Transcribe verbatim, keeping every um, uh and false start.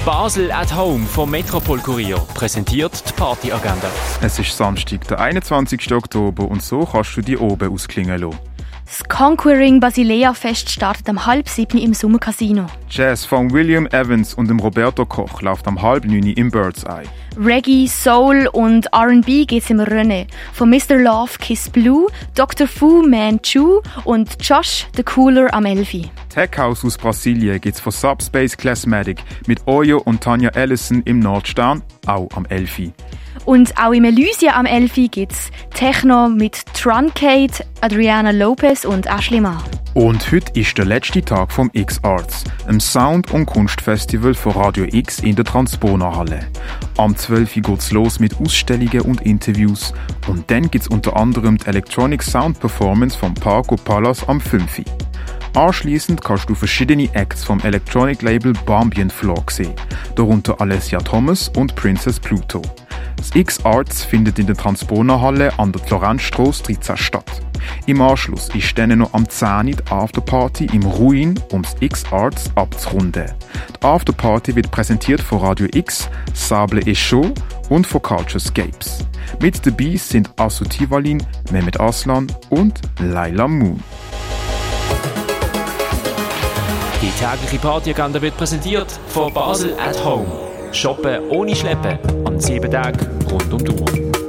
Basel at Home vom Metropol Kurier präsentiert die Partyagenda. Es ist Samstag, der einundzwanzigsten Oktober und so kannst du die oben ausklingen lassen. Das Conquering Basilea Fest startet am halb sieben im Sommercasino. Jazz von William Evans und dem Roberto Koch läuft am halb neun im Bird's Eye. Reggae, Soul und R and B geht's im Rennen. Von Mister Love Kiss Blue, Doktor Fu Man Chu und Josh the Cooler am Elfi. Tech House aus Brasilien gibt's von Subspace Classmatic mit Oyo und Tanya Ellison im Nordstern, auch am Elfi. Und auch im Elysia am Elfi gibt's Techno mit Truncate, Adriana Lopez und Ashley Ma. Und heute ist der letzte Tag vom X-Arts, einem Sound- und Kunstfestival von Radio X in der Transponerhalle. Am zwölf Uhr geht's los mit Ausstellungen und Interviews. Und dann gibt's unter anderem die Electronic Sound Performance vom Parco Palace am fünf Uhr. Anschliessend kannst du verschiedene Acts vom Electronic Label Bambien Floor sehen, darunter Alessia Thomas und Princess Pluto. Das X-Arts findet in der Transponerhalle an der Florenzstrasse dreizehn statt. Im Anschluss ist dann noch am zehn Uhr die Afterparty im Ruin, um das X-Arts abzurunden. Die Afterparty wird präsentiert von Radio X, Sable et Chaud und von Culturescapes. Mit dabei sind Asu Tivalin, Mehmet Aslan und Laila Moon. Die tägliche Partyagenda wird präsentiert von Basel at Home. Shoppen ohne Schleppen an sieben Tagen rund um die Uhr.